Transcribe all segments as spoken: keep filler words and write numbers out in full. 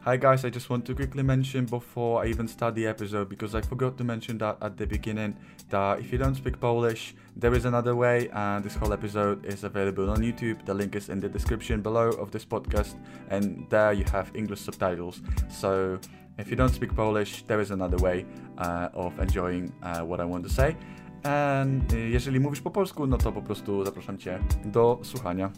Hi guys, I just want to quickly mention before I even start the episode, because I forgot to mention that at the beginning, that if you don't speak Polish, there is another way, and this whole episode is available on YouTube. The link is in the description below of this podcast, and there you have English subtitles. So if you don't speak Polish, there is another way uh, of enjoying uh, what I want to say. And jeżeli mówisz po polsku, no to po prostu zapraszam Cię do słuchania.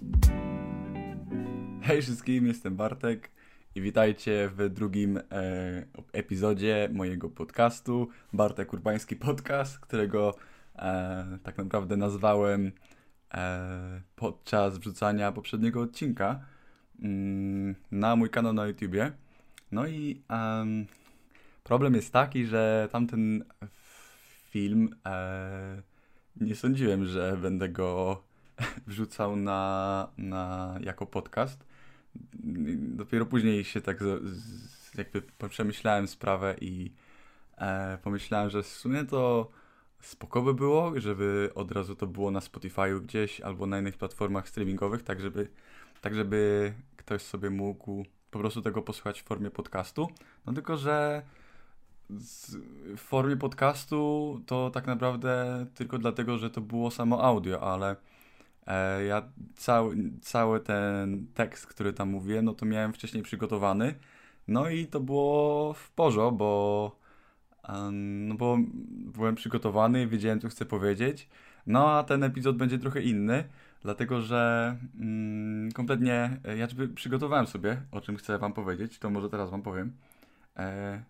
Hej wszystkim, jestem Bartek i witajcie w drugim e, epizodzie mojego podcastu, Bartek Urbański Podcast, którego e, tak naprawdę nazwałem e, podczas wrzucania poprzedniego odcinka mm, na mój kanał na YouTubie. No i um, problem jest taki, że tamten film e, nie sądziłem, że będę go wrzucał na, na jako podcast. Dopiero później się tak z, z, jakby przemyślałem sprawę i e, pomyślałem, że w sumie to spoko by było, żeby od razu to było na Spotify'u gdzieś albo na innych platformach streamingowych, tak żeby, tak żeby ktoś sobie mógł po prostu tego posłuchać w formie podcastu. No tylko, że z, w formie podcastu to tak naprawdę tylko dlatego, że to było samo audio, ale e, ja cały, cały ten tekst, który tam mówię, no to miałem wcześniej przygotowany. No i to było w porządku, bo, um, no bo byłem przygotowany, wiedziałem, co chcę powiedzieć. No a ten epizod będzie trochę inny, dlatego że mm, kompletnie ja przygotowałem sobie, o czym chcę wam powiedzieć, to może teraz wam powiem. E,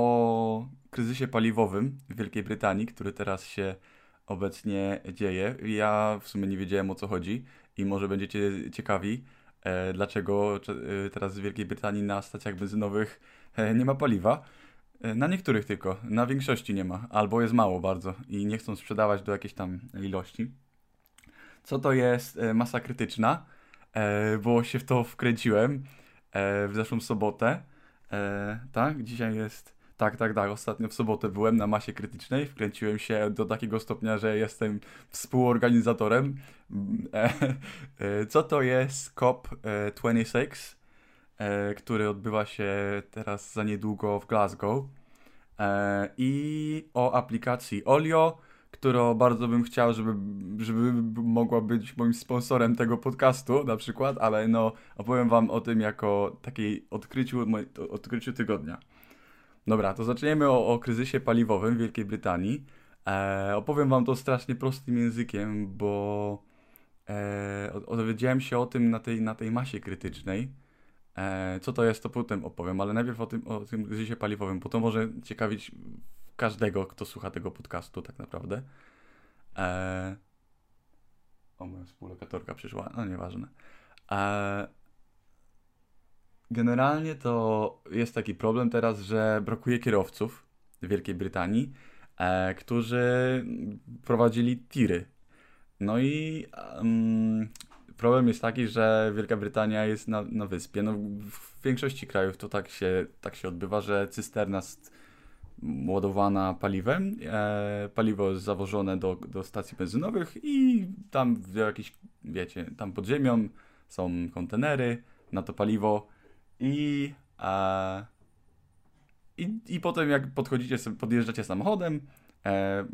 o kryzysie paliwowym w Wielkiej Brytanii, który teraz się obecnie dzieje. Ja w sumie nie wiedziałem, o co chodzi i może będziecie ciekawi, e, dlaczego e, teraz w Wielkiej Brytanii na stacjach benzynowych e, nie ma paliwa. E, na niektórych tylko, na większości nie ma, albo jest mało bardzo i nie chcą sprzedawać do jakiejś tam ilości. Co to jest e, masa krytyczna? E, bo się w to wkręciłem e, w zeszłą sobotę. E, tak, dzisiaj jest... Tak, tak, tak. Ostatnio w sobotę byłem na masie krytycznej. Wkręciłem się do takiego stopnia, że jestem współorganizatorem. E, e, co to jest C O P dwadzieścia sześć, e, który odbywa się teraz za niedługo w Glasgow. E, I o aplikacji Olio, którą bardzo bym chciał, żeby, żeby mogła być moim sponsorem tego podcastu na przykład, ale no opowiem wam o tym jako takiej odkryciu, odkryciu tygodnia. Dobra, to zaczniemy o, o kryzysie paliwowym w Wielkiej Brytanii. E, opowiem wam to strasznie prostym językiem, bo e, dowiedziałem się o tym na tej, na tej masie krytycznej. E, co to jest, to potem opowiem, ale najpierw o tym, o tym kryzysie paliwowym, bo to może ciekawić każdego, kto słucha tego podcastu tak naprawdę. E, o, moja współlokatorka przyszła, no nieważne. E, Generalnie to jest taki problem teraz, że brakuje kierowców w Wielkiej Brytanii, e, którzy prowadzili tiry. No i um, problem jest taki, że Wielka Brytania jest na, na wyspie. No, w większości krajów to tak się, tak się odbywa, że cysterna jest ładowana paliwem, e, paliwo jest zawożone do, do stacji benzynowych i tam w jakiś, wiecie, tam pod ziemią są kontenery na to paliwo. I, e, i, I potem jak podchodzicie, podjeżdżacie samochodem e,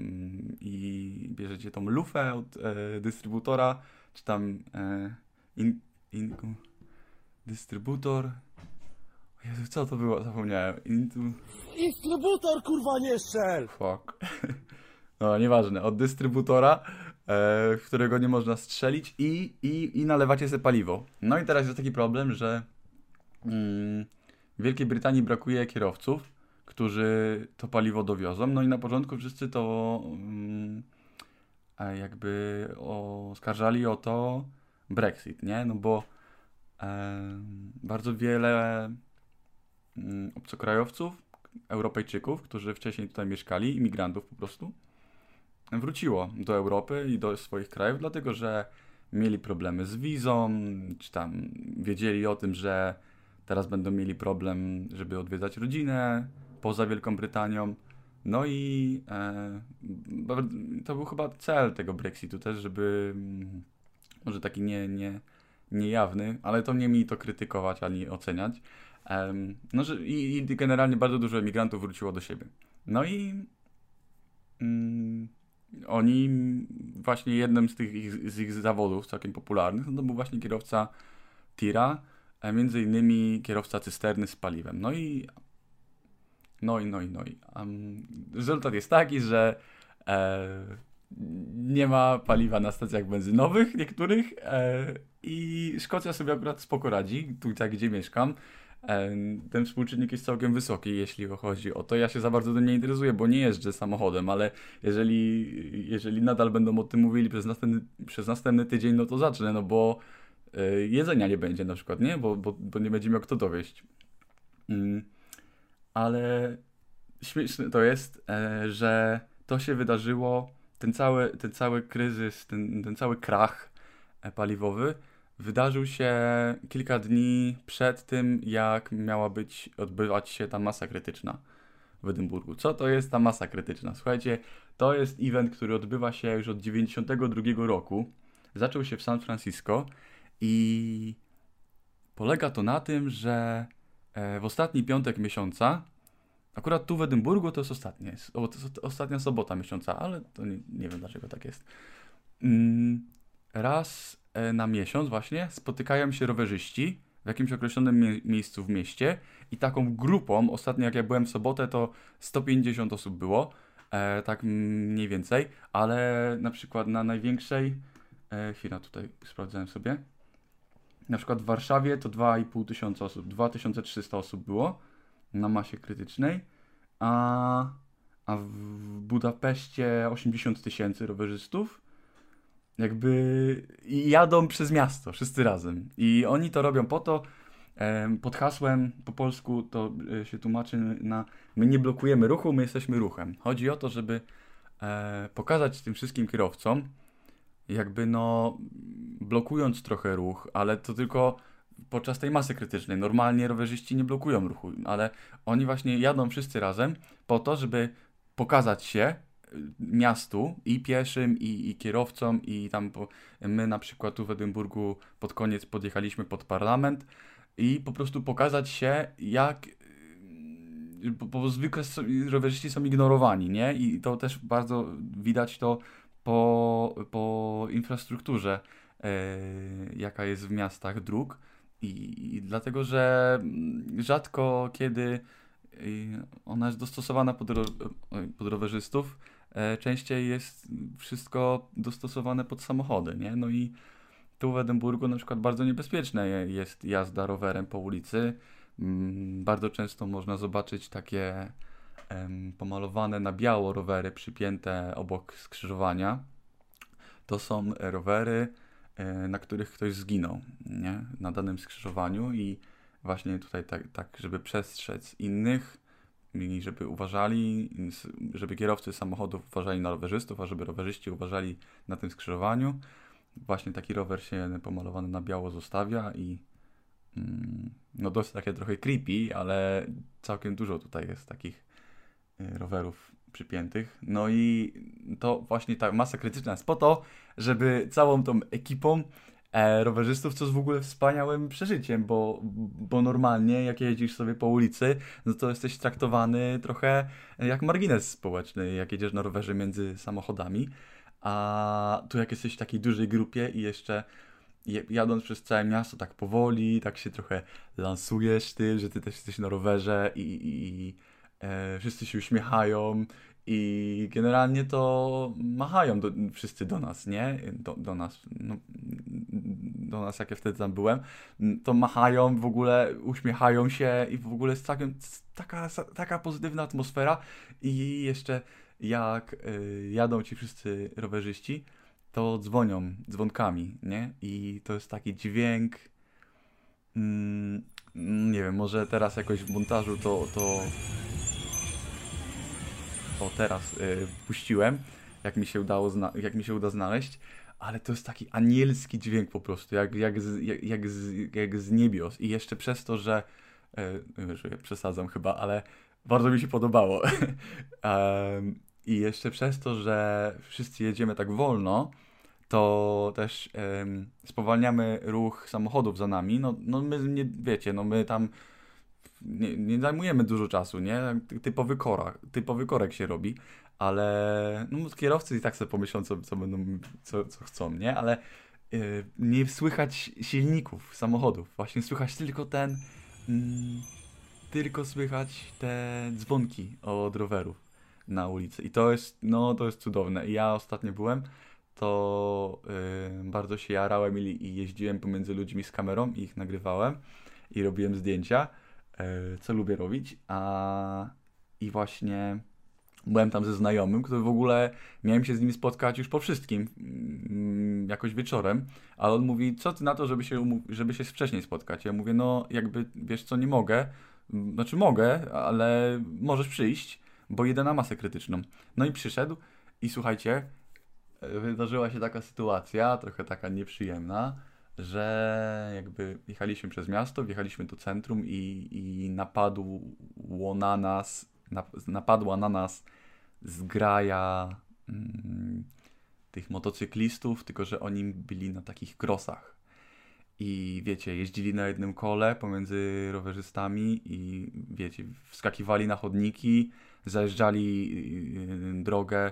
i bierzecie tą lufę od e, dystrybutora, czy tam e, in, in, dystrybutor. O Jezu, co to było? Zapomniałem. Intu... Dystrybutor, kurwa, nie strzel! Fuck. No, nieważne. Od dystrybutora, e, w którego nie można strzelić i, i, i nalewacie sobie paliwo. No i teraz jest taki problem, że w Wielkiej Brytanii brakuje kierowców, którzy to paliwo dowiozą. No i na początku wszyscy to um, jakby oskarżali o to Brexit, nie? No bo um, bardzo wiele um, obcokrajowców, Europejczyków, którzy wcześniej tutaj mieszkali, imigrantów po prostu, wróciło do Europy i do swoich krajów, dlatego że mieli problemy z wizą, czy tam wiedzieli o tym, że teraz będą mieli problem, żeby odwiedzać rodzinę poza Wielką Brytanią. No i e, to był chyba cel tego Brexitu też, żeby może taki nie, nie, niejawny, ale to nie mi to krytykować ani oceniać, Um, no, że, i, I generalnie bardzo dużo emigrantów wróciło do siebie. No i mm, oni właśnie jednym z tych ich, z ich zawodów całkiem popularnych, no to był właśnie kierowca tira, a między innymi kierowca cysterny z paliwem. No i no i no i no i um, rezultat jest taki, że e, nie ma paliwa na stacjach benzynowych niektórych e, i Szkocja sobie akurat spoko radzi, tutaj gdzie mieszkam. E, ten współczynnik jest całkiem wysoki, jeśli chodzi o to. Ja się za bardzo tym nie interesuję, bo nie jeżdżę samochodem, ale jeżeli, jeżeli nadal będą o tym mówili przez następny, przez następny tydzień, no to zacznę, no bo e, jedzenia nie będzie na przykład, nie? Bo, bo, bo nie będzie miał kto dowieźć. Mm, ale śmieszne to jest, e, że to się wydarzyło, ten cały, ten cały kryzys, ten, ten cały krach e, paliwowy wydarzył się kilka dni przed tym, jak miała być, odbywać się ta masa krytyczna w Edynburgu. Co to jest ta masa krytyczna? Słuchajcie, to jest event, który odbywa się już od dziewięćdziesiątego drugiego roku. Zaczął się w San Francisco i polega to na tym, że e, w ostatni piątek miesiąca, akurat tu w Edynburgu to jest ostatnie, jest, o, to jest ostatnia sobota miesiąca, ale to nie, nie wiem dlaczego tak jest. Mm, raz e, na miesiąc właśnie spotykają się rowerzyści w jakimś określonym mie- miejscu w mieście i taką grupą, ostatnio jak ja byłem w sobotę, to sto pięćdziesiąt osób było, e, tak mniej więcej, ale na przykład na największej, e, chwila tutaj sprawdzałem sobie, na przykład w Warszawie to dwa i pół tysiąca osób, dwa tysiące trzysta osób było na masie krytycznej, a, a w Budapeszcie osiemdziesiąt tysięcy rowerzystów. Jakby i jadą przez miasto, wszyscy razem. I oni to robią po to, em, pod hasłem po polsku to e, się tłumaczy na my nie blokujemy ruchu, my jesteśmy ruchem. Chodzi o to, żeby e, pokazać tym wszystkim kierowcom, jakby no blokując trochę ruch, ale to tylko podczas tej masy krytycznej. Normalnie rowerzyści nie blokują ruchu, ale oni właśnie jadą wszyscy razem po to, żeby pokazać się y, miastu i pieszym, i, i kierowcom, i tam po, my na przykład tu w Edynburgu pod koniec podjechaliśmy pod parlament i po prostu pokazać się, jak y, bo, bo zwykle so, rowerzyści są ignorowani, nie? I to też bardzo widać to po, po infrastrukturze, e, jaka jest w miastach dróg. I, I dlatego, że mm, rzadko kiedy y, ona jest dostosowana pod, ro, oj, pod rowerzystów, e, częściej jest wszystko dostosowane pod samochody, nie? No i tu w Edynburgu na przykład bardzo niebezpieczne je- jest jazda rowerem po ulicy. Mm, Bardzo często można zobaczyć takie em, pomalowane na biało rowery przypięte obok skrzyżowania. To są rowery, e, na których ktoś zginął, nie? Na danym skrzyżowaniu i właśnie tutaj tak, tak żeby przestrzec innych i żeby uważali, s- żeby kierowcy samochodów uważali na rowerzystów, a żeby rowerzyści uważali na tym skrzyżowaniu. Właśnie taki rower się pomalowany na biało zostawia i mm, no dość takie trochę creepy, ale całkiem dużo tutaj jest takich y, rowerów przypiętych. No i to właśnie ta masa krytyczna jest po to, żeby całą tą ekipą e, rowerzystów, co jest w ogóle wspaniałym przeżyciem, bo, bo normalnie jak jeździsz sobie po ulicy, no to jesteś traktowany trochę jak margines społeczny, jak jedziesz na rowerze między samochodami, a tu jak jesteś w takiej dużej grupie i jeszcze je- jadąc przez całe miasto tak powoli, tak się trochę lansujesz tym, że ty też jesteś na rowerze i, i, i e, wszyscy się uśmiechają i generalnie to machają do, wszyscy do nas, nie? Do, do nas, no, do nas jak ja wtedy tam byłem, to machają w ogóle, uśmiechają się i w ogóle jest całkiem, taka, taka pozytywna atmosfera i jeszcze jak y, jadą ci wszyscy rowerzyści, to dzwonią dzwonkami, nie? I to jest taki dźwięk. Mm, nie wiem, może teraz jakoś w montażu to, to o teraz y, puściłem, jak mi się udało zna- jak mi się uda znaleźć, ale to jest taki anielski dźwięk po prostu, jak, jak, z, jak, jak, z, jak z niebios. I jeszcze przez to, że y, że przesadzam chyba, ale bardzo mi się podobało. Em, I jeszcze przez to, że wszyscy jedziemy tak wolno, to też em, spowalniamy ruch samochodów za nami. No, no my nie wiecie, no my tam nie, nie zajmujemy dużo czasu, nie? Typowy korek, typowy korek się robi, ale no, kierowcy i tak sobie pomyślą, co, co będą, co, co chcą, nie? Ale yy, nie słychać silników samochodów, właśnie słychać tylko ten, mm, tylko słychać te dzwonki od rowerów na ulicy i to jest, no to jest cudowne. I ja ostatnio byłem, to yy, bardzo się jarałem i, i jeździłem pomiędzy ludźmi z kamerą i ich nagrywałem i robiłem zdjęcia, yy, co lubię robić, a i właśnie byłem tam ze znajomym, który w ogóle miałem się z nim spotkać już po wszystkim, mm, jakoś wieczorem, ale on mówi, co ty na to, żeby się, umów- żeby się wcześniej spotkać? Ja mówię, no jakby, wiesz co, nie mogę, Mm, znaczy mogę, ale możesz przyjść, bo jedę na masę krytyczną. No i przyszedł i słuchajcie, e, wydarzyła się taka sytuacja, trochę taka nieprzyjemna, że jakby jechaliśmy przez miasto, wjechaliśmy do centrum i, i napadło na nas, nap, napadła na nas zgraja mm, tych motocyklistów, tylko że oni byli na takich krosach. I wiecie, jeździli na jednym kole pomiędzy rowerzystami i wiecie, wskakiwali na chodniki, zajeżdżali yy, drogę.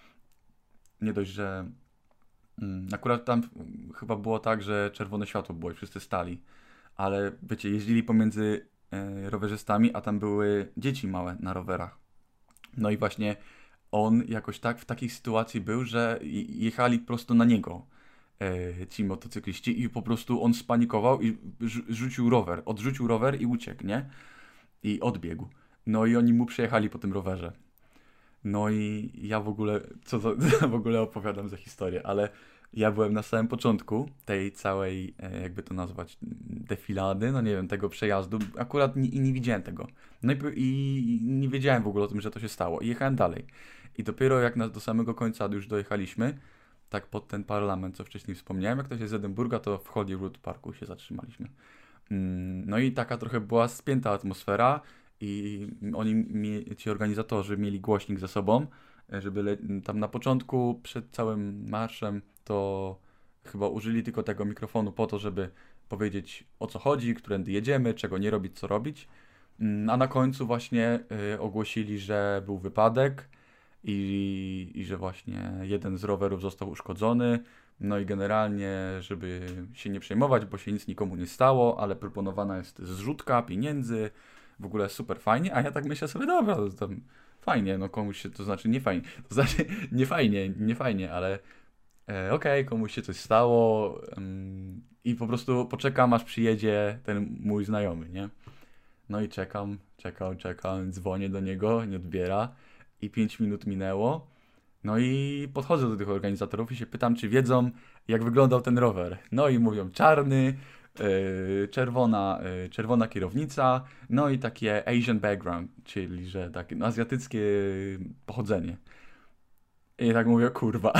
Nie dość, że mm, akurat tam chyba było tak, że czerwone światło było i wszyscy stali, ale wiecie, jeździli pomiędzy yy, rowerzystami, a tam były dzieci małe na rowerach. No i właśnie on jakoś tak w takiej sytuacji był, że i- jechali prosto na niego e, ci motocykliści i po prostu on spanikował i rzu- rzucił rower, odrzucił rower i uciekł, nie? I odbiegł. No i oni mu przejechali po tym rowerze. No i ja w ogóle, co za, w ogóle opowiadam za historię, ale ja byłem na samym początku tej całej, e, jakby to nazwać, defilady, no nie wiem, tego przejazdu, akurat nie, i nie widziałem tego. No i, po- i nie wiedziałem w ogóle o tym, że to się stało i jechałem dalej. I dopiero jak nas do samego końca już dojechaliśmy, tak pod ten parlament, co wcześniej wspomniałem, jak to się z Edynburga, to w Holyrood Parku się zatrzymaliśmy. Mm, No i taka trochę była spięta atmosfera i oni, mie- ci organizatorzy mieli głośnik ze sobą, e, żeby le- tam na początku, przed całym marszem, to chyba użyli tylko tego mikrofonu po to, żeby powiedzieć o co chodzi, którędy jedziemy, czego nie robić, co robić. Mm, A na końcu właśnie e, ogłosili, że był wypadek i, i że właśnie jeden z rowerów został uszkodzony. No i generalnie, żeby się nie przejmować, bo się nic nikomu nie stało, ale proponowana jest zrzutka pieniędzy, w ogóle super fajnie, a ja tak myślę sobie, dobra, to tam fajnie, no komuś się, to znaczy nie fajnie, to znaczy nie fajnie, nie fajnie, ale e, okej, komuś się coś stało ym, i po prostu poczekam, aż przyjedzie ten mój znajomy, nie? No i czekam, czekam, czekam, dzwonię do niego, nie odbiera i pięć minut minęło. No i podchodzę do tych organizatorów i się pytam, czy wiedzą, jak wyglądał ten rower. No i mówią czarny, yy, czerwona, yy, czerwona kierownica, no i takie Asian background, czyli że takie no, azjatyckie pochodzenie. I tak mówię, kurwa.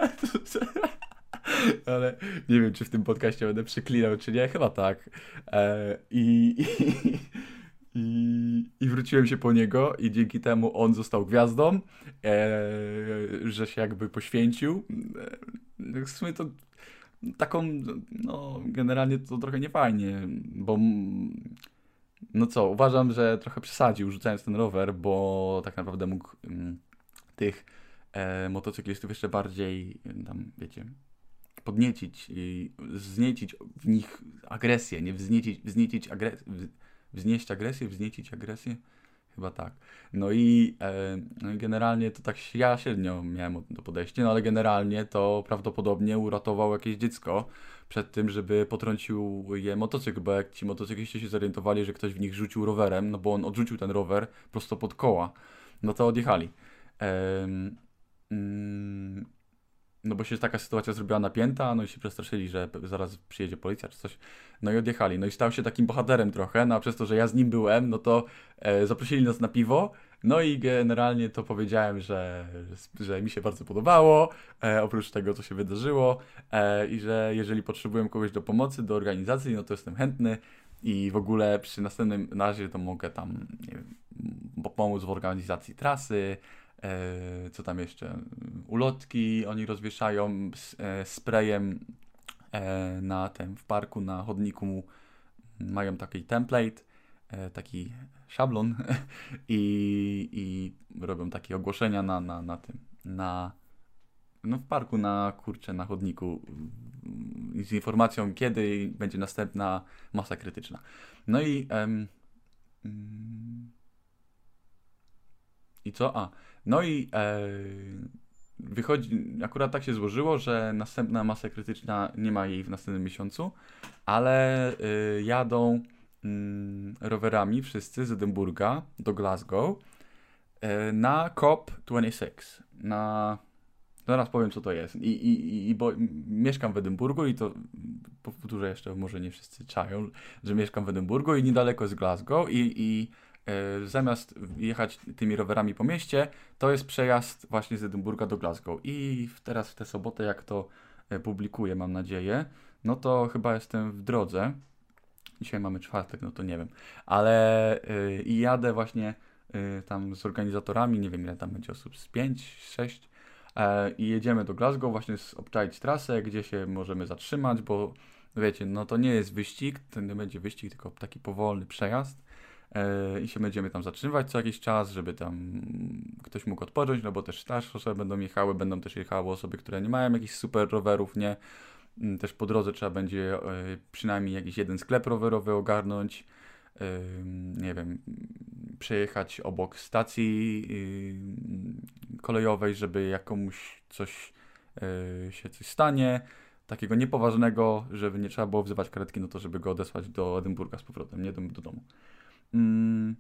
Ale nie wiem, czy w tym podcaście będę przeklinał, czy nie. Chyba tak. E, i, i, i, I wróciłem się po niego i dzięki temu on został gwiazdą, e, że się jakby poświęcił. E, w sumie to taką, no generalnie to trochę niefajnie, bo mm, no co, uważam, że trochę przesadził rzucając ten rower, bo tak naprawdę mógł mm, tych e, motocyklistów jeszcze bardziej e, tam, wiecie, podniecić i wzniecić w nich agresję, nie wzniecić, wzniecić agresję, wznieść agresję, wzniecić agresję, chyba tak. No i e, no i generalnie to tak ja średnio miałem to podejście, no ale generalnie to prawdopodobnie uratował jakieś dziecko przed tym, żeby potrącił je motocykl, bo jak ci motocykliści się zorientowali, że ktoś w nich rzucił rowerem, no bo on odrzucił ten rower prosto pod koła, no to odjechali. Em, mm, no bo się taka sytuacja zrobiła napięta, no i się przestraszyli, że pe- zaraz przyjedzie policja czy coś. No i odjechali. No i stał się takim bohaterem trochę, no a przez to, że ja z nim byłem, no to e, zaprosili nas na piwo. No i generalnie to powiedziałem, że, że mi się bardzo podobało, e, oprócz tego, co się wydarzyło, e, i że jeżeli potrzebuję kogoś do pomocy, do organizacji, no to jestem chętny i w ogóle przy następnym razie to mogę tam, nie wiem, m- pomóc w organizacji trasy, e, co tam jeszcze, ulotki oni rozwieszają z e, sprayem e, na tym, w parku, na chodniku mają taki template, e, taki szablon i, i robią takie ogłoszenia na, na, na tym, na, no w parku, na kurczę, na chodniku mm, z informacją, kiedy będzie następna masa krytyczna. No i em, mm, i co? A, no i e, wychodzi, akurat tak się złożyło, że następna masa krytyczna nie ma jej w następnym miesiącu, ale y, jadą mm, rowerami wszyscy z Edynburga do Glasgow y, na COP dwadzieścia sześć. Na... Zaraz powiem, co to jest. I, i, i bo mieszkam w Edynburgu i to powtórzę jeszcze, może nie wszyscy czają, że mieszkam w Edynburgu i niedaleko jest Glasgow i, i e, zamiast jechać tymi rowerami po mieście, to jest przejazd właśnie z Edynburga do Glasgow. I w- teraz w tę sobotę, jak to e, publikuję, mam nadzieję, no to chyba jestem w drodze. Dzisiaj mamy czwartek, no to nie wiem. Ale e, i jadę właśnie e, tam z organizatorami, nie wiem ile tam będzie osób, z pięć, sześć. E, I jedziemy do Glasgow właśnie z- obczaić trasę, gdzie się możemy zatrzymać, bo wiecie, no to nie jest wyścig, to nie będzie wyścig, tylko taki powolny przejazd. E, I się będziemy tam zatrzymywać co jakiś czas, żeby tam ktoś mógł odpocząć, no bo też starsze osoby będą jechały, będą też jechały osoby, które nie mają jakichś super rowerów, nie? Mm, Też po drodze trzeba będzie e, przynajmniej jakiś jeden sklep rowerowy ogarnąć. Ym, nie wiem, przejechać obok stacji yy, kolejowej, żeby jakomuś coś yy, się coś stanie, takiego niepoważnego, żeby nie trzeba było wzywać karetki, no to żeby go odesłać do Edynburga z powrotem, nie do, do domu. Mm,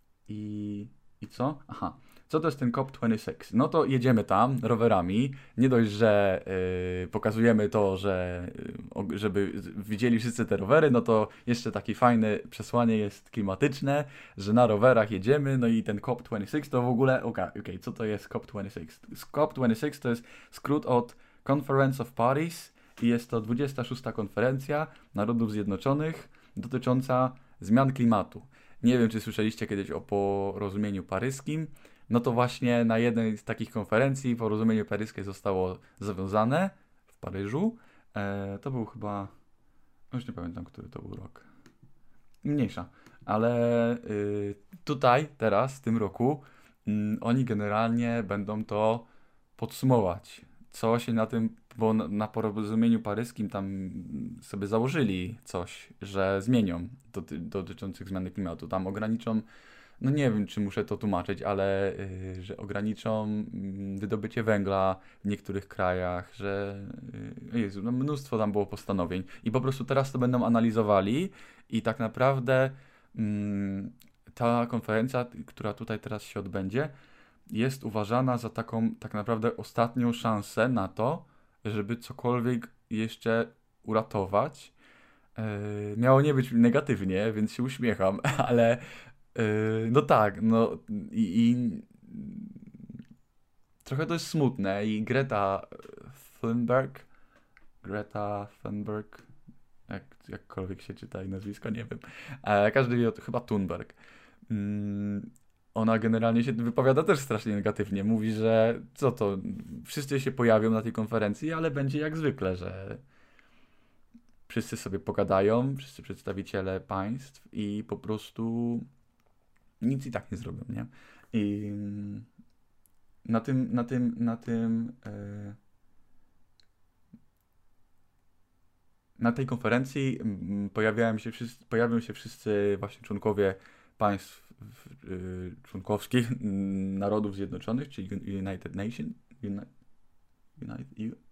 i, I co? Aha. Co to jest ten COP dwadzieścia sześć? No to jedziemy tam rowerami. Nie dość, że y, pokazujemy to, że y, og- żeby z- widzieli wszyscy te rowery, no to jeszcze takie fajne przesłanie jest klimatyczne, że na rowerach jedziemy, no i ten COP dwadzieścia sześć to w ogóle, okej, okay, co to jest COP dwadzieścia sześć? COP dwadzieścia sześć to jest skrót od Conference of Paris i jest to dwudziesta szósta konferencja Narodów Zjednoczonych dotycząca zmian klimatu. Nie wiem, czy słyszeliście kiedyś o porozumieniu paryskim. No to właśnie na jednej z takich konferencji porozumienie paryskie zostało zawiązane w Paryżu. E, to był chyba, już nie pamiętam, który to był rok. Mniejsza. Ale y, tutaj, teraz, w tym roku, mm, oni generalnie będą to podsumować. Co się na tym, bo na, na porozumieniu paryskim tam mm, sobie założyli coś, że zmienią doty, dotyczących zmiany klimatu. Tam ograniczą, no nie wiem, czy muszę to tłumaczyć, ale y, że ograniczą mm, wydobycie węgla w niektórych krajach, że y, Jezu, no mnóstwo tam było postanowień. I po prostu teraz to będą analizowali i tak naprawdę mm, ta konferencja, która tutaj teraz się odbędzie, jest uważana za taką tak naprawdę ostatnią szansę na to, żeby cokolwiek jeszcze uratować. Yy, miało nie być negatywnie, więc się uśmiecham, ale yy, no tak, no i, i trochę to jest smutne i Greta Thunberg, Greta Thunberg, jak, jakkolwiek się czyta jej nazwisko, nie wiem, e, każdy wie, chyba Thunberg. Mm, Ona generalnie się wypowiada też strasznie negatywnie. Mówi, że co to, wszyscy się pojawią na tej konferencji, ale będzie jak zwykle, że wszyscy sobie pogadają, wszyscy przedstawiciele państw i po prostu nic i tak nie zrobią, nie? I na tym, na tym, na tym, e, na tej konferencji mm, pojawiają się wszyscy, pojawią się wszyscy właśnie członkowie państw w- y, członkowskich mm, Narodów Zjednoczonych, czyli Un- United Nations. Uni, United,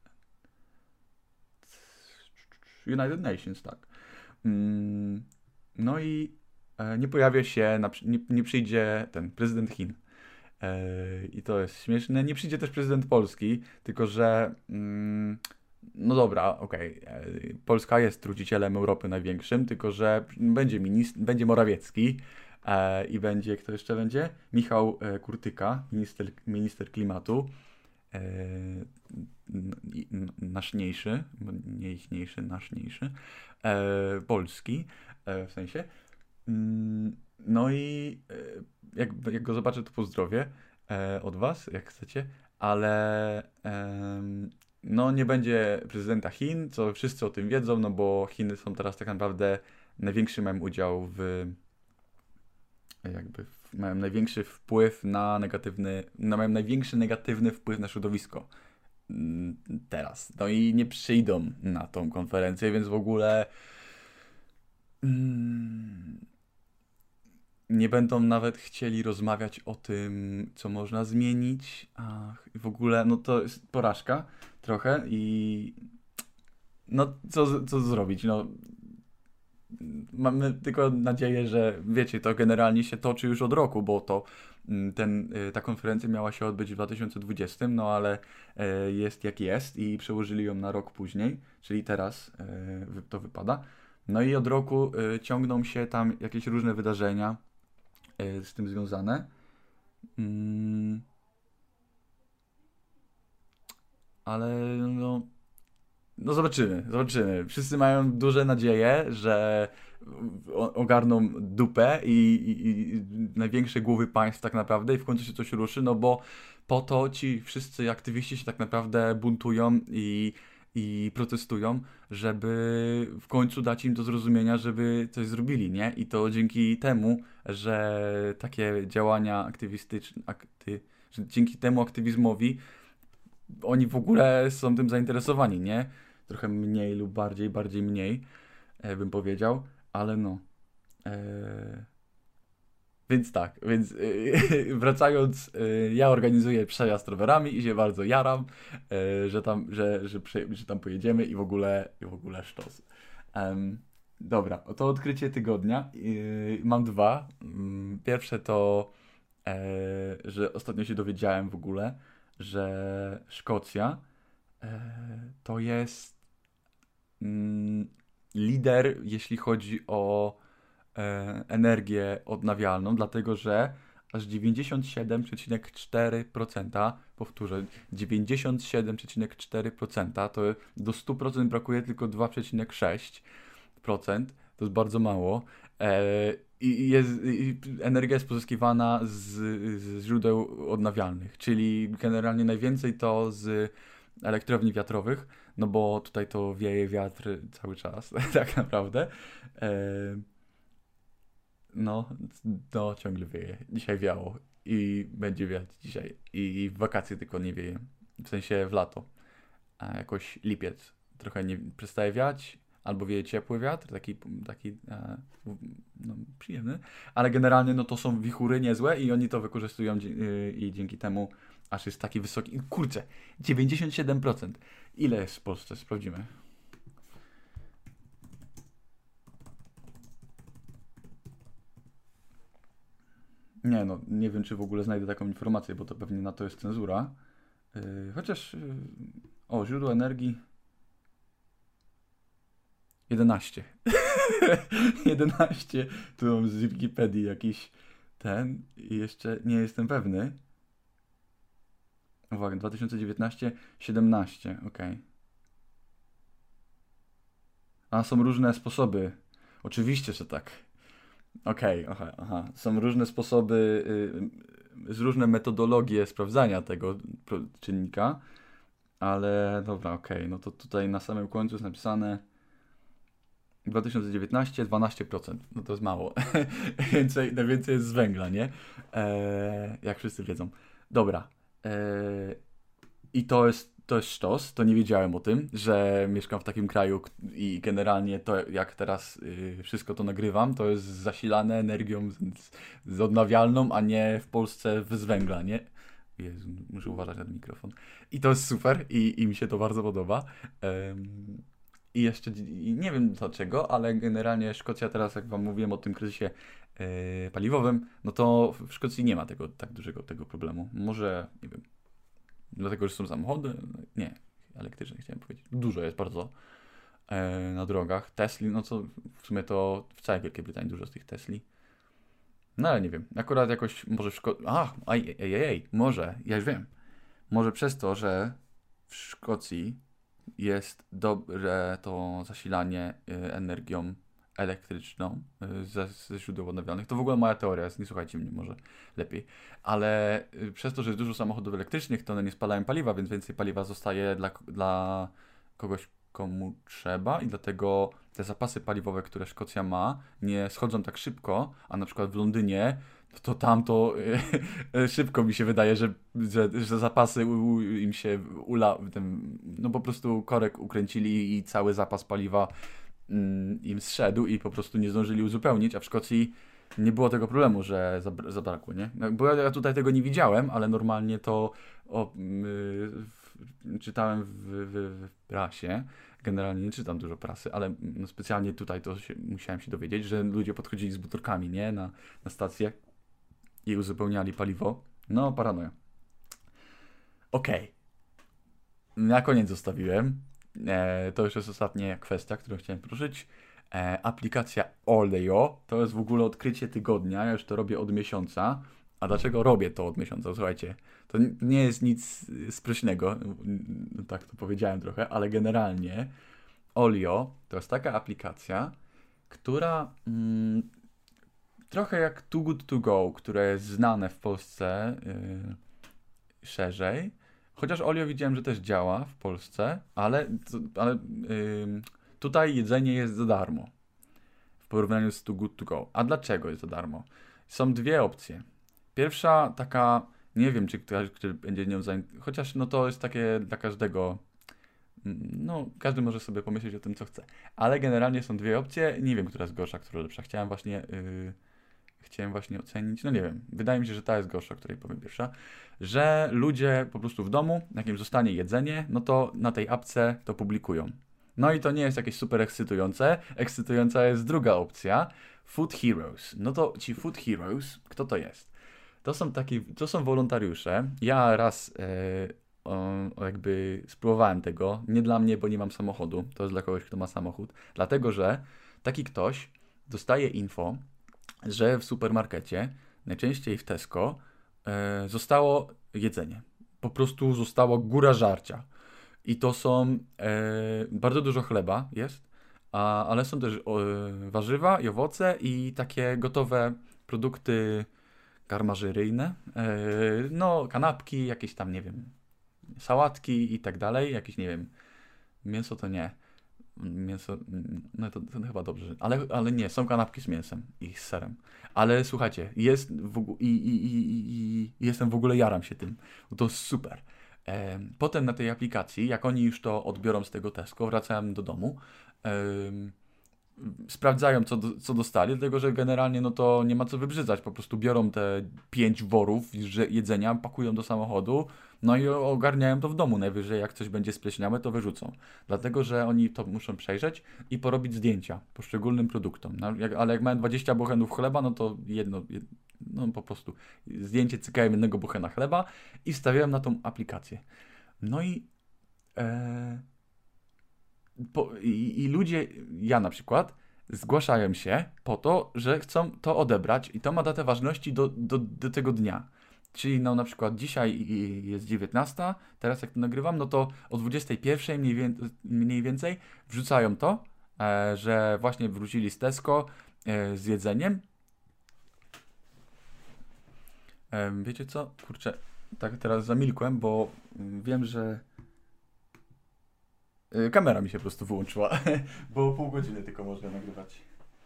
United Nations, tak. Mm, No i e, nie pojawia się, na, przy- nie, nie przyjdzie ten prezydent Chin. E, I to jest śmieszne. Nie przyjdzie też prezydent Polski, tylko że mm, no dobra, okej. e, Polska jest trucicielem Europy największym, tylko że będzie minist- będzie Morawiecki e, i będzie, kto jeszcze będzie? Michał e, Kurtyka, minister, minister klimatu. E, n- i- n- Naszniejszy, bo nie ichniejszy, naszniejszy, e, Polski, e, w sensie. Mm, No i e, jak, jak go zobaczę, to pozdrowię e, od was, jak chcecie, ale em, no nie będzie prezydenta Chin, co wszyscy o tym wiedzą, no bo Chiny są teraz tak naprawdę największy mają udział w jakby w, mają największy wpływ na negatywny, no mają największy negatywny wpływ na środowisko mm, teraz. No i nie przyjdą na tą konferencję, więc w ogóle mm, nie będą nawet chcieli rozmawiać o tym, co można zmienić. Ach, i w ogóle, no to jest porażka trochę i no co, co zrobić? No mamy tylko nadzieję, że wiecie, to generalnie się toczy już od roku, bo to mm, ten, y, ta konferencja miała się odbyć w dwa tysiące dwudziestym, no ale e, jest jak jest i przełożyli ją na rok później, czyli teraz e, wy- to wypada. No i od roku e, ciągną się tam jakieś różne wydarzenia e, z tym związane. Mm, ale no, no zobaczymy, zobaczymy. Wszyscy mają duże nadzieje, że o- ogarną dupę i, i, i największe głowy państw tak naprawdę i w końcu się coś ruszy, no bo po to ci wszyscy aktywiści się tak naprawdę buntują i, i protestują, żeby w końcu dać im do zrozumienia, żeby coś zrobili, nie? I to dzięki temu, że takie działania aktywistyczne, akty, że dzięki temu aktywizmowi oni w ogóle są tym zainteresowani, nie? Trochę mniej lub bardziej, bardziej mniej, e, bym powiedział, ale no. E, więc tak, więc e, wracając, e, ja organizuję przejazd rowerami i się bardzo jaram, e, że tam, że, że, prze, że tam pojedziemy i w ogóle, i w ogóle sztos. Em, dobra, to odkrycie tygodnia. E, mam dwa. Mm, Pierwsze to, e, że ostatnio się dowiedziałem w ogóle, że Szkocja e, to jest mm, lider, jeśli chodzi o e, energię odnawialną, dlatego że aż dziewięćdziesiąt siedem przecinek cztery procent, powtórzę, dziewięćdziesiąt siedem przecinek cztery procent, to do stu procent brakuje tylko dwa przecinek sześć procent, to jest bardzo mało. E, i jest, i energia jest pozyskiwana z, z źródeł odnawialnych, czyli generalnie najwięcej to z elektrowni wiatrowych, no bo tutaj to wieje wiatr cały czas, tak naprawdę. E, no, no, ciągle wieje. Dzisiaj wiało i będzie wiać dzisiaj. I w wakacje tylko nie wieje. W sensie w lato. A jakoś lipiec trochę nie przestaje wiać, albo wieje ciepły wiatr, taki, taki e, no, przyjemny, ale generalnie no to są wichury niezłe i oni to wykorzystują dzie- y, i dzięki temu aż jest taki wysoki. Kurczę, dziewięćdziesiąt siedem procent. Ile jest w Polsce? Sprawdzimy. Nie no, nie wiem czy w ogóle znajdę taką informację, bo to pewnie na to jest cenzura. Yy, chociaż, yy, o, źródło energii jedenaście. jedenaście. Tu mam z Wikipedii jakiś ten i jeszcze nie jestem pewny. Uwaga, dwa tysiące dziewiętnaście, siedemnaście, okej. A są różne sposoby. Oczywiście, że tak. Okej, aha, aha. Są różne sposoby, y, y, różne metodologie sprawdzania tego pro- czynnika, ale dobra, okej. No to tutaj na samym końcu jest napisane dwa tysiące dziewiętnaście, dwanaście procent. No to jest mało. Więcej, najwięcej jest z węgla, nie? Eee, jak wszyscy wiedzą. Dobra. Eee, I to jest, to jest sztos. To nie wiedziałem o tym, że mieszkam w takim kraju k- i generalnie to, jak teraz y, wszystko to nagrywam, to jest zasilane energią z, z odnawialną, a nie w Polsce z węgla, nie? Jezu, muszę uważać na ten mikrofon. I to jest super i, i mi się to bardzo podoba. Em, I jeszcze dzi- i nie wiem dlaczego, ale generalnie Szkocja teraz, jak wam mówiłem o tym kryzysie e, paliwowym, no to w Szkocji nie ma tego tak dużego tego problemu. Może, nie wiem, dlatego, że są samochody? Nie, elektryczne chciałem powiedzieć. Dużo jest bardzo e, na drogach. Tesli, no co w sumie to w całej Wielkiej Brytanii dużo z tych Tesli. No ale nie wiem, akurat jakoś może w Szkocji... Ach, aj, ej, ej, ej, może, ja już wiem. Może przez to, że w Szkocji jest dobre to zasilanie y, energią elektryczną y, ze, ze źródeł odnawialnych. To w ogóle moja teoria jest, nie słuchajcie mnie, może lepiej. Ale y, przez to, że jest dużo samochodów elektrycznych, to one nie spalają paliwa, więc więcej paliwa zostaje dla, k- dla kogoś, komu trzeba i dlatego te zapasy paliwowe, które Szkocja ma, nie schodzą tak szybko, a na przykład w Londynie to tam to szybko mi się wydaje, że, że, że zapasy u, u, im się ula, tym, no po prostu korek ukręcili i cały zapas paliwa mm, im zszedł i po prostu nie zdążyli uzupełnić, a w Szkocji nie było tego problemu, że zabra- zabrakło, nie? No, bo ja tutaj tego nie widziałem, ale normalnie to o, yy, w, czytałem w, w, w prasie. Generalnie nie czytam dużo prasy, ale no, specjalnie tutaj to się, musiałem się dowiedzieć, że ludzie podchodzili z butelkami, nie? Na, na stację i uzupełniali paliwo. No, paranoja. Okej. Na koniec zostawiłem. E, to już jest ostatnia kwestia, którą chciałem poruszyć. E, aplikacja Oleo to jest w ogóle odkrycie tygodnia. Ja już to robię od miesiąca. A dlaczego robię to od miesiąca? Słuchajcie, to n- nie jest nic sprysznego. No, tak to powiedziałem trochę, ale generalnie Olio to jest taka aplikacja, która mm, trochę jak Too Good To Go, które jest znane w Polsce yy, szerzej. Chociaż Olio widziałem, że też działa w Polsce, ale, ale yy, tutaj jedzenie jest za darmo w porównaniu z Too Good To Go. A dlaczego jest za darmo? Są dwie opcje. Pierwsza taka, nie wiem, czy ktoś, który będzie nią zainteresowany, chociaż no to jest takie dla każdego, no każdy może sobie pomyśleć o tym, co chce. Ale generalnie są dwie opcje, nie wiem, która jest gorsza, która lepsza. Chciałem właśnie, yy, chciałem właśnie ocenić, no nie wiem, wydaje mi się, że ta jest gorsza, o której powiem pierwsza, że ludzie po prostu w domu, jak im zostanie jedzenie, no to na tej apce to publikują. No i to nie jest jakieś super ekscytujące. Ekscytująca jest druga opcja, Food Heroes. No to ci Food Heroes, kto to jest? To są taki, to są wolontariusze. Ja raz e, o, jakby spróbowałem tego. Nie dla mnie, bo nie mam samochodu. To jest dla kogoś, kto ma samochód. Dlatego, że taki ktoś dostaje info, że w supermarkecie, najczęściej w Tesco, e, zostało jedzenie. Po prostu została góra żarcia. I to są e, bardzo dużo chleba jest, a, ale są też e, warzywa i owoce i takie gotowe produkty garmażyryjne, e, no kanapki, jakieś tam, nie wiem, sałatki i tak dalej, jakieś, nie wiem, mięso to nie, mięso, no to, to chyba dobrze, ale, ale nie, są kanapki z mięsem i z serem, ale słuchajcie, jest w ogóle, i, i, i, i, i jestem w ogóle, jaram się tym, bo to jest super. E, Potem na tej aplikacji, jak oni już to odbiorą z tego Tesco, wracałem do domu, em, sprawdzają, co, do, co dostali, dlatego że generalnie no to nie ma co wybrzydzać. Po prostu biorą te pięć worów że- jedzenia, pakują do samochodu, no i o- ogarniają to w domu. Najwyżej jak coś będzie spleśniałe, to wyrzucą. Dlatego, że oni to muszą przejrzeć i porobić zdjęcia poszczególnym produktom. No, jak, ale jak mają dwadzieścia bochenów chleba, no to jedno, jed, no po prostu zdjęcie cykałem jednego bochena chleba i wstawiałem na tą aplikację. No i e, po, i, I ludzie, ja na przykład, zgłaszają się po to, że chcą to odebrać i to ma datę ważności do, do, do tego dnia. Czyli no na przykład dzisiaj jest dziewiętnasta, teraz jak to nagrywam, no to o dwudziestej pierwszej mniej, wię- mniej więcej wrzucają to, e, że właśnie wrócili z Tesco e, z jedzeniem. E, wiecie co? Kurczę, tak teraz zamilkłem, bo mm, wiem, że Y, Kamera mi się po prostu wyłączyła, bo pół godziny tylko można nagrywać.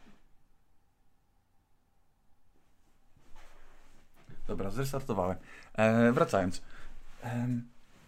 Dobra, zrestartowałem. E, wracając. Em,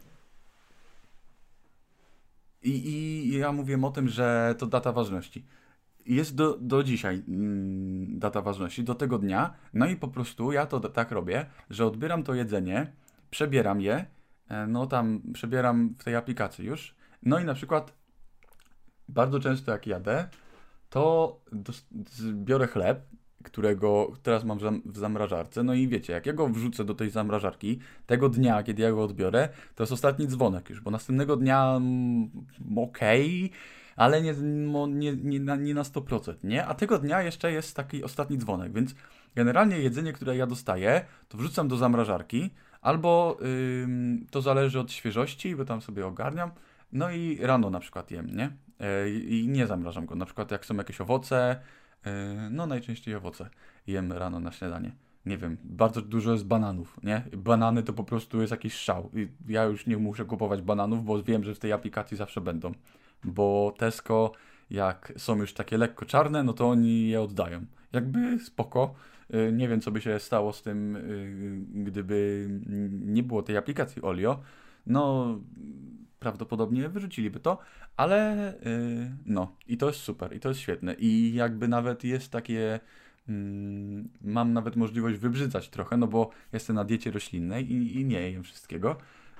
i, I ja mówiłem o tym, że to data ważności. Jest do, do dzisiaj mm, data ważności, do tego dnia. No i po prostu ja to d- tak robię, że odbieram to jedzenie, przebieram je, e, no tam przebieram w tej aplikacji już. No i na przykład bardzo często jak jadę, to dos- z- biorę chleb, którego teraz mam w zam- w zamrażarce, no i wiecie, jak ja go wrzucę do tej zamrażarki, tego dnia, kiedy ja go odbiorę, to jest ostatni dzwonek już, bo następnego dnia mm, okej, ale nie, mo- nie, nie, na, nie na sto procent, nie? A tego dnia jeszcze jest taki ostatni dzwonek, więc generalnie jedzenie, które ja dostaję, to wrzucam do zamrażarki, albo ym, to zależy od świeżości, bo tam sobie ogarniam, no i rano na przykład jem, nie? E, I nie zamrażam go. Na przykład jak są jakieś owoce, e, no najczęściej owoce jem rano na śniadanie. Nie wiem, bardzo dużo jest bananów, nie? Banany to po prostu jest jakiś szał. I ja już nie muszę kupować bananów, bo wiem, że w tej aplikacji zawsze będą. Bo Tesco, jak są już takie lekko czarne, no to oni je oddają. Jakby spoko. y, nie wiem, co by się stało z tym, y, gdyby nie było tej aplikacji Olio. No, prawdopodobnie wyrzuciliby to, ale y, no, i to jest super, i to jest świetne. I jakby nawet jest takie, mm, mam nawet możliwość wybrzydzać trochę, no bo jestem na diecie roślinnej i, i nie jem wszystkiego.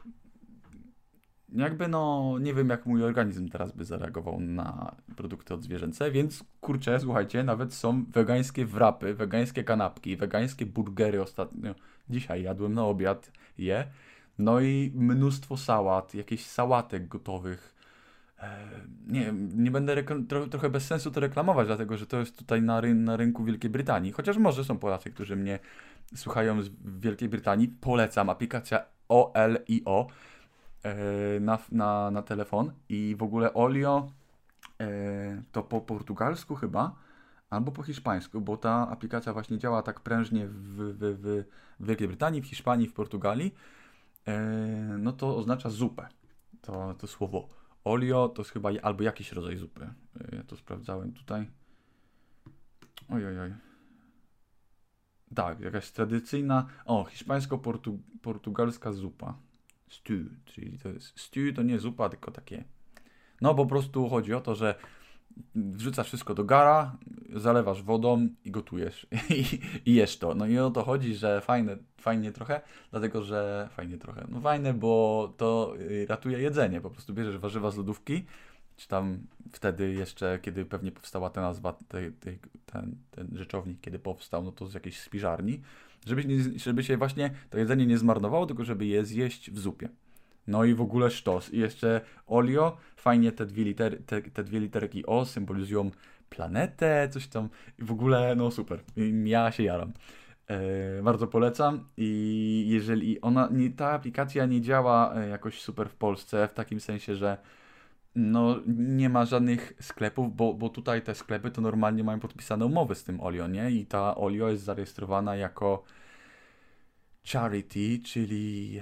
Jakby no, nie wiem jak mój organizm teraz by zareagował na produkty odzwierzęce, więc kurczę, słuchajcie, nawet są wegańskie wrapy, wegańskie kanapki, wegańskie burgery ostatnio. Dzisiaj jadłem na obiad je. No i mnóstwo sałat, jakichś sałatek gotowych. E, nie, nie będę reklam- tro- trochę bez sensu to reklamować, dlatego że to jest tutaj na, ryn- na rynku Wielkiej Brytanii. Chociaż może są Polacy, którzy mnie słuchają z Wielkiej Brytanii. Polecam aplikacja Olio e, na, na, na telefon i w ogóle Olio e, to po portugalsku chyba, albo po hiszpańsku, bo ta aplikacja właśnie działa tak prężnie w, w, w, w Wielkiej Brytanii, w Hiszpanii, w Portugalii. E, no to oznacza zupę. To, to słowo olio to jest chyba albo jakiś rodzaj zupy. E, ja to sprawdzałem tutaj. Oj, oj, oj. Tak, jakaś tradycyjna, o, hiszpańsko-portugalska zupa. Stew, czyli to jest, stew to nie zupa, tylko takie, no po prostu chodzi o to, że wrzucasz wszystko do gara, zalewasz wodą i gotujesz i, i jesz to. No i o to chodzi, że fajne, fajnie trochę, dlatego że fajnie trochę, no fajne, bo to y, ratuje jedzenie. Po prostu bierzesz warzywa z lodówki, czy tam wtedy jeszcze, kiedy pewnie powstała ta nazwa, tej, tej, ten, ten rzeczownik, kiedy powstał, no to z jakiejś spiżarni, żeby, nie- żeby się właśnie to jedzenie nie zmarnowało, tylko żeby je zjeść w zupie. No i w ogóle sztos. I jeszcze olio, fajnie te dwie, litery, te, te dwie literki O symbolizują planetę, coś tam. I w ogóle, no super. I ja się jaram. E, bardzo polecam i jeżeli ona, nie, ta aplikacja nie działa e, jakoś super w Polsce, w takim sensie, że no nie ma żadnych sklepów, bo, bo tutaj te sklepy to normalnie mają podpisane umowy z tym Olio, nie? I ta Olio jest zarejestrowana jako charity, czyli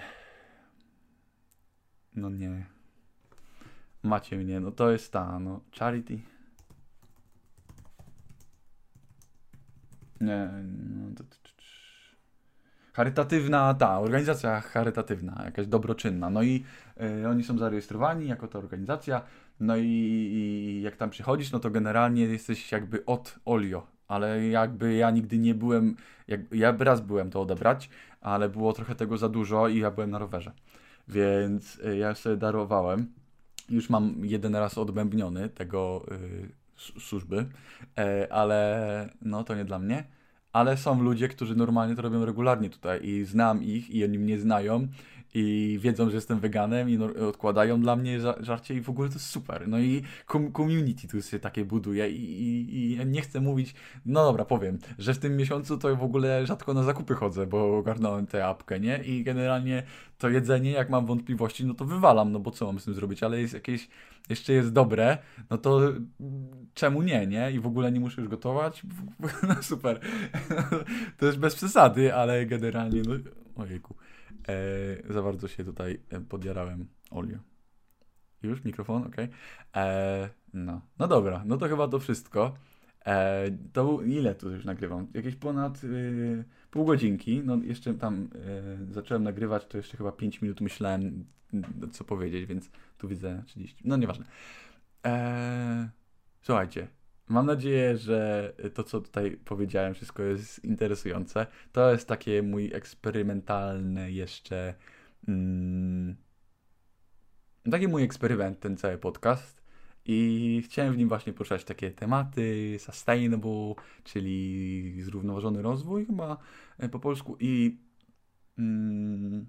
no nie. Macie mnie, no to jest ta, no, charity. Nie, no, to, to, to, to. Charytatywna, ta, organizacja charytatywna, jakaś dobroczynna. No i y, oni są zarejestrowani jako ta organizacja. No i, i jak tam przychodzisz, no to generalnie jesteś jakby od Olio. Ale jakby ja nigdy nie byłem, jak, ja raz byłem to odebrać, ale było trochę tego za dużo i ja byłem na rowerze. Więc y, ja sobie darowałem. Już mam jeden raz odbębniony tego y, s- służby, e, ale no to nie dla mnie. Ale są ludzie, którzy normalnie to robią regularnie tutaj i znam ich i oni mnie znają i wiedzą, że jestem weganem i no, odkładają dla mnie ża- żarcie i w ogóle to jest super. No i com- community tu się takie buduje i, i, i ja nie chcę mówić, no dobra, powiem, że w tym miesiącu to w ogóle rzadko na zakupy chodzę, bo ogarnąłem tę apkę, nie? I generalnie to jedzenie, jak mam wątpliwości, no to wywalam, no bo co mam z tym zrobić, ale jest jakieś, jeszcze jest dobre, no to mm, czemu nie, nie? I w ogóle nie muszę już gotować? No super. To już bez przesady, ale generalnie, no ojejku, e, za bardzo się tutaj e, podjarałem. Olio. Już? Mikrofon? Okej. E, No. No dobra, no to chyba to wszystko. E, to był- ile tu już nagrywam? Jakieś ponad y, pół godzinki. No jeszcze tam y, zacząłem nagrywać, to jeszcze chyba pięć minut myślałem, y, co powiedzieć, więc tu widzę trzydzieści. No nieważne. E, Słuchajcie, mam nadzieję, że to, co tutaj powiedziałem, wszystko jest interesujące. To jest takie mój eksperymentalny jeszcze. Mm, Taki mój eksperyment, ten cały podcast. I chciałem w nim właśnie poruszać takie tematy sustainable, czyli zrównoważony rozwój chyba e, po polsku. I mm,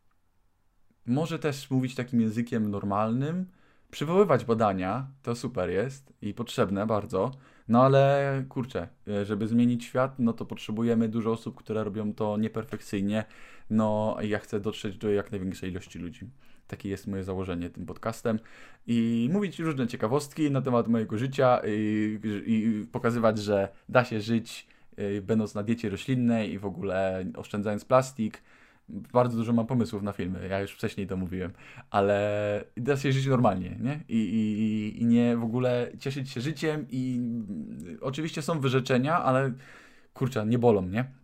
może też mówić takim językiem normalnym, przywoływać badania, to super jest i potrzebne bardzo, no ale kurczę, e, żeby zmienić świat, no to potrzebujemy dużo osób, które robią to nieperfekcyjnie, no i ja chcę dotrzeć do jak największej ilości ludzi. Takie jest moje założenie tym podcastem i mówić różne ciekawostki na temat mojego życia i, i pokazywać, że da się żyć e, będąc na diecie roślinnej i w ogóle oszczędzając plastik. Bardzo dużo mam pomysłów na filmy, ja już wcześniej to mówiłem, ale da się żyć normalnie, nie? I, i, i nie w ogóle cieszyć się życiem i mm, oczywiście są wyrzeczenia, ale kurczę, nie bolą, nie?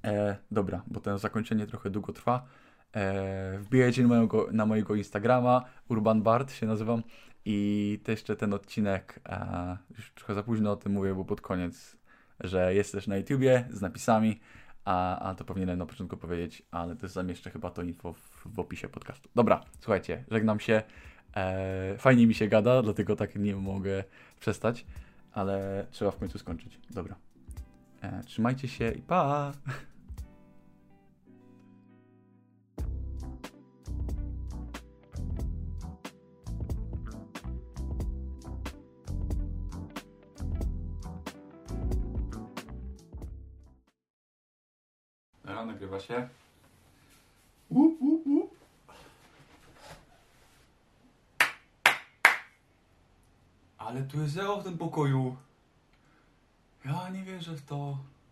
E, dobra, bo to zakończenie trochę długo trwa. E, wbijajcie na mojego, na mojego Instagrama, Urban Bart się nazywam. I to jeszcze ten odcinek, e, już trochę za późno o tym mówię, bo pod koniec, że jest też na YouTubie z napisami, a, a to powinienem na początku powiedzieć, ale też zamieszczę chyba to info w, w opisie podcastu. Dobra, słuchajcie, żegnam się. E, fajnie mi się gada, dlatego tak nie mogę przestać, ale trzeba w końcu skończyć. Dobra. E, trzymajcie się i pa! Dobra, nagrywa się. Łup, łup, łup. Ale tu jest zero w tym pokoju. Ja nie wierzę w to.